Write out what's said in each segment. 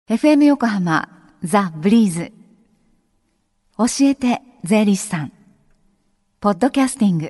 FM 横浜ザ・ブリーズ教えて税理士さんポッドキャスティング。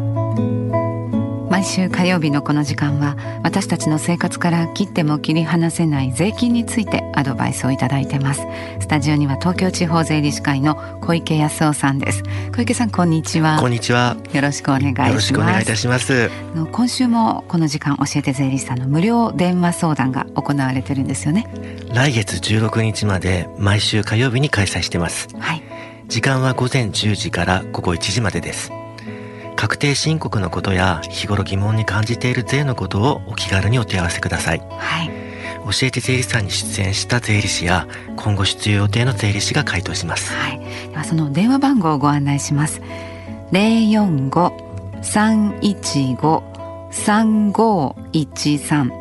毎週火曜日のこの時間は私たちの生活から切っても切り離せない税金についてアドバイスをいただいています。スタジオには東京地方税理士会の小池康夫さんです。小池さん、こんにちは。 こんにちは。 よろしくお願いします。 よろしくお願いいたします。 今週もこの時間教えて税理士さんの無料電話相談が行われてるんですよね。 来月16日まで毎週火曜日に開催してます。 はい。 時間は午前10時から午後1時までです。確定申告のことや日頃疑問に感じている税のことをお気軽にお問い合わせください。 はい。 教えて税理士さんに出演した税理士や今後出演予定の税理士が回答します。 はい。ではその電話番号をご案内します。045-315-3513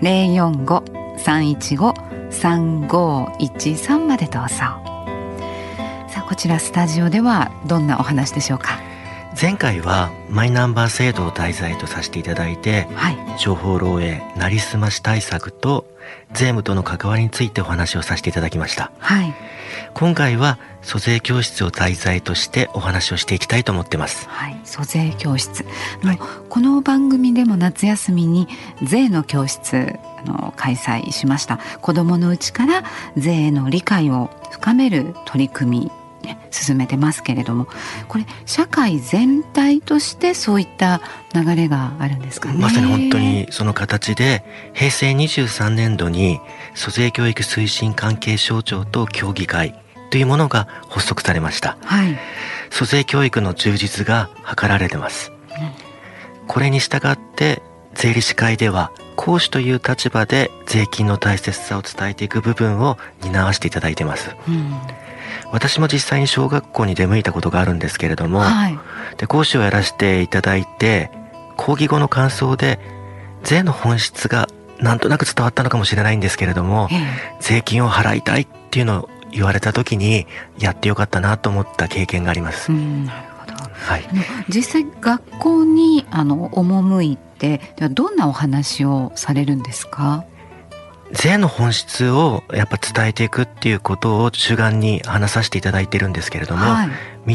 045-315-3513までどうぞ。さあ、こちらスタジオではどんなお話でしょうか。 前回はマイナンバー制度を題材とさせていただいて、 はい、 情報漏洩、なりすまし対策と税務との関わりについてお話をさせていただきました。 はい、 今回は租税教室を題材としてお話をしていきたいと思ってます。 はい、租税教室、この番組でも夏休みに税の教室開催しました。子どものうちから税への理解を深める取り組み進めてますけれども、これ社会全体としてそういった流れがあるんですかね。 まさに本当にその形で平成23年度に租税教育推進関係省庁と協議会というものが発足されました。 はい、 租税教育の充実が図られてます。これに従って税理士会では講師という立場で税金の大切さを伝えていく部分を担わせていただいてます。私も実際に小学校に出向いたことがあるんですけれども、 はい、 で講師をやらせていただいて講義後の感想で税の本質がなんとなく伝わったのかもしれないんですけれども、税金を払いたいっていうのを言われた時にやってよかったなと思った経験があります。 なるほど。 はい、 実際学校に赴いてではどんなお話をされるんですか。 税の本質をやっぱ伝えていくっていうことを主眼に話させていただいてるんですけれども、 はい、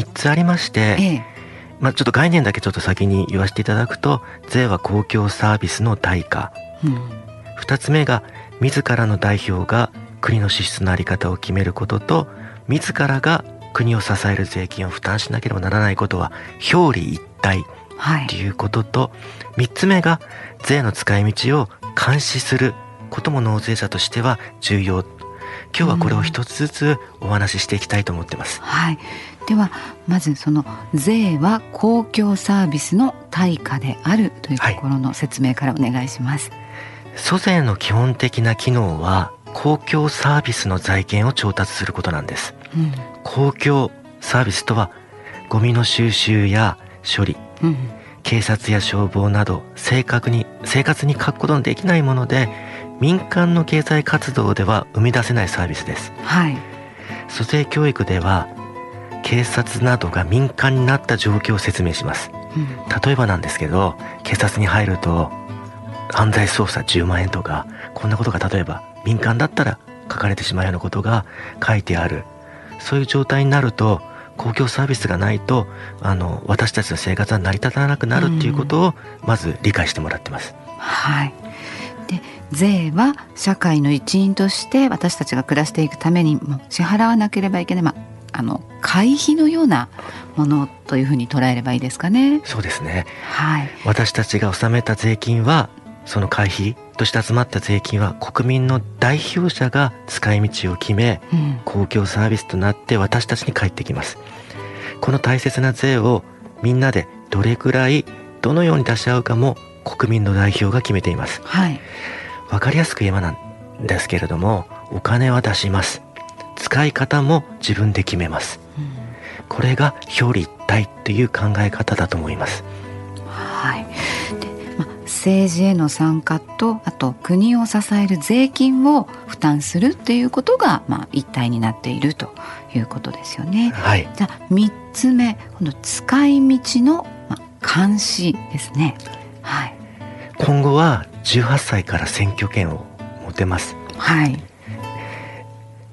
3つありまして、ちょっと概念だけちょっと先に言わせていただくと、税は公共サービスの対価、2つ目が自らの代表が国の支出の在り方を決めることと、自らが国を支える税金を負担しなければならないことは表裏一体ということと、3つ目が税の使い道を監視することも納税者としては重要。今日はこれを一つずつお話ししていきたいと思ってます。 はい、ではまずその税は公共サービスの対価であるというところの説明からお願いします。 租税の基本的な機能は公共サービスの財源を調達することなんです。公共サービスとはゴミの収集や処理、警察や消防など生活に欠くことのできないもので、民間の経済活動では生み出せないサービスです。 はい、 租税教育では警察などが民間になった状況を説明します。例えばなんですけど、警察に入ると犯罪捜査10万円とか、こんなことが例えば民間だったら書かれてしまうようなことが書いてある。そういう状態になると公共サービスがないと私たちの生活は成り立たなくなるっていうことをまず理解してもらってます。 はい。で、税は社会の一員として私たちが暮らしていくためにも支払わなければいけない、会費のようなものというふうに捉えればいいですかね。 そうですね。 はい、 私たちが納めた税金は、その会費として集まった税金は国民の代表者が使い道を決め、公共サービスとなって私たちに返ってきます。この大切な税をみんなでどれくらいどのように出し合うかも国民の代表が決めています。 はい、 わかりやすく言えばなんですけれども、お金は出します。使い方も自分で決めます。これが表裏一体という考え方だと思います。 はい。で、政治への参加と、あと国を支える税金を負担するっていうことが、一体になっているということですよね。 はい。 じゃあ3つ目、この使い道の、監視ですね。はい。 今後は18歳から選挙権を持てます。 はい。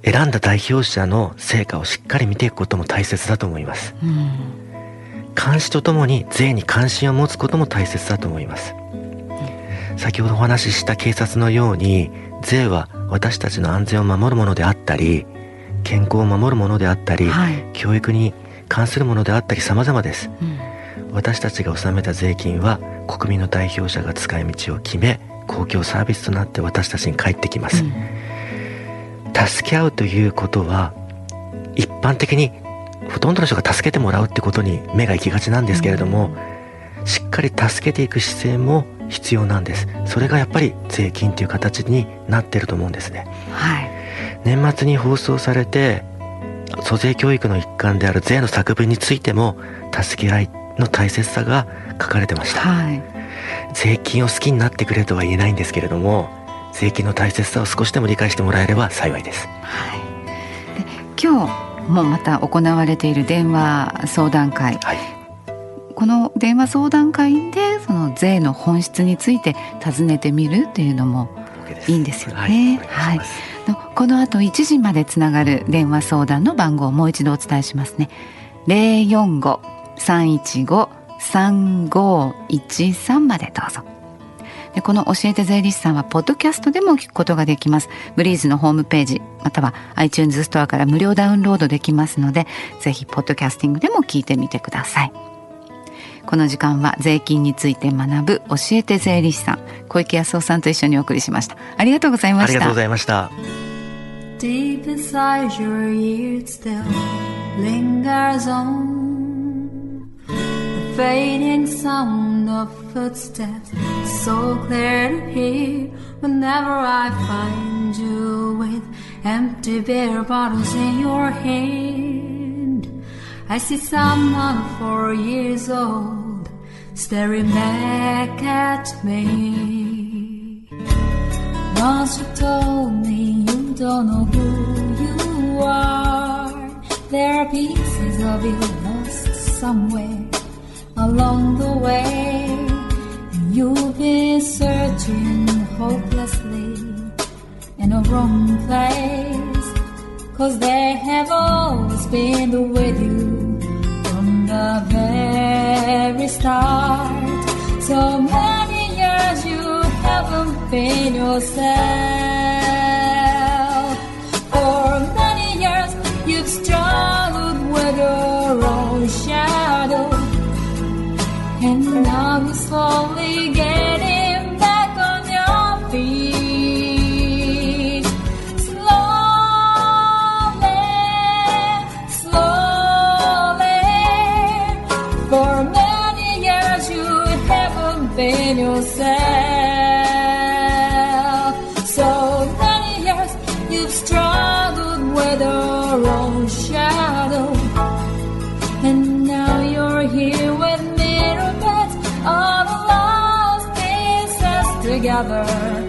選んだ代表者の成果をしっかり見ていくことも大切だと思います。監視とともに税に関心を持つことも大切だと思います。先ほどお話しした警察のように、税は私たちの安全を守るものであったり、健康を守るものであったり、教育に関するものであったり様々です。私たちが納めた税金は国民の代表者が使い道を決め、公共サービスとなって私たちに返ってきます。助け合うということは、一般的にほとんどの人が助けてもらうってことに目が行きがちなんですけれども、しっかり助けていく姿勢も必要なんです。それがやっぱり税金という形になっていると思うんですね。年末に放送されて、租税教育の一環である税の作文についても助け合いの大切さが書かれてました。税金を好きになってくれとは言えないんですけれども、税金の大切さを少しでも理解してもらえれば幸いです。 で、今日もまた行われている電話相談会、この電話相談会でその税の本質について尋ねてみるっていうのもいいんですよね。この後1時までつながる電話相談の番号をもう一度お伝えしますね。045-315-3513までどうぞ。で、この教えて税理士さんはポッドキャストでも聞くことができます。ブリーズのホームページまたは iTunes ストアから無料ダウンロードできますので、ぜひポッドキャスティングでも聞いてみてください。この時間は税金について学ぶ教えて税理士さん、小池康夫さんと一緒にお送りしました。ありがとうございました。 ありがとうございました。 Deep inside your ears still lingers on the fading sound of footsteps, so clear to hear whenever I find you with empty beer bottles in your hand. I see someone 4 years old staring back at me. Once you told me you don't know who you are. There are pieces of you lost somewhere along the way, and you've been searching hopelessly in a wrong place, 'cause they have always been with you from the very start. So many years you haven't been yourself. For many years you've struggled with your own shadow, and now you're slowly getting back on your feet. Slowly, slowly. For many years you haven't been yourself. So many years you've struggled with your own shadow, and now you're here with me, all the lost pieces together.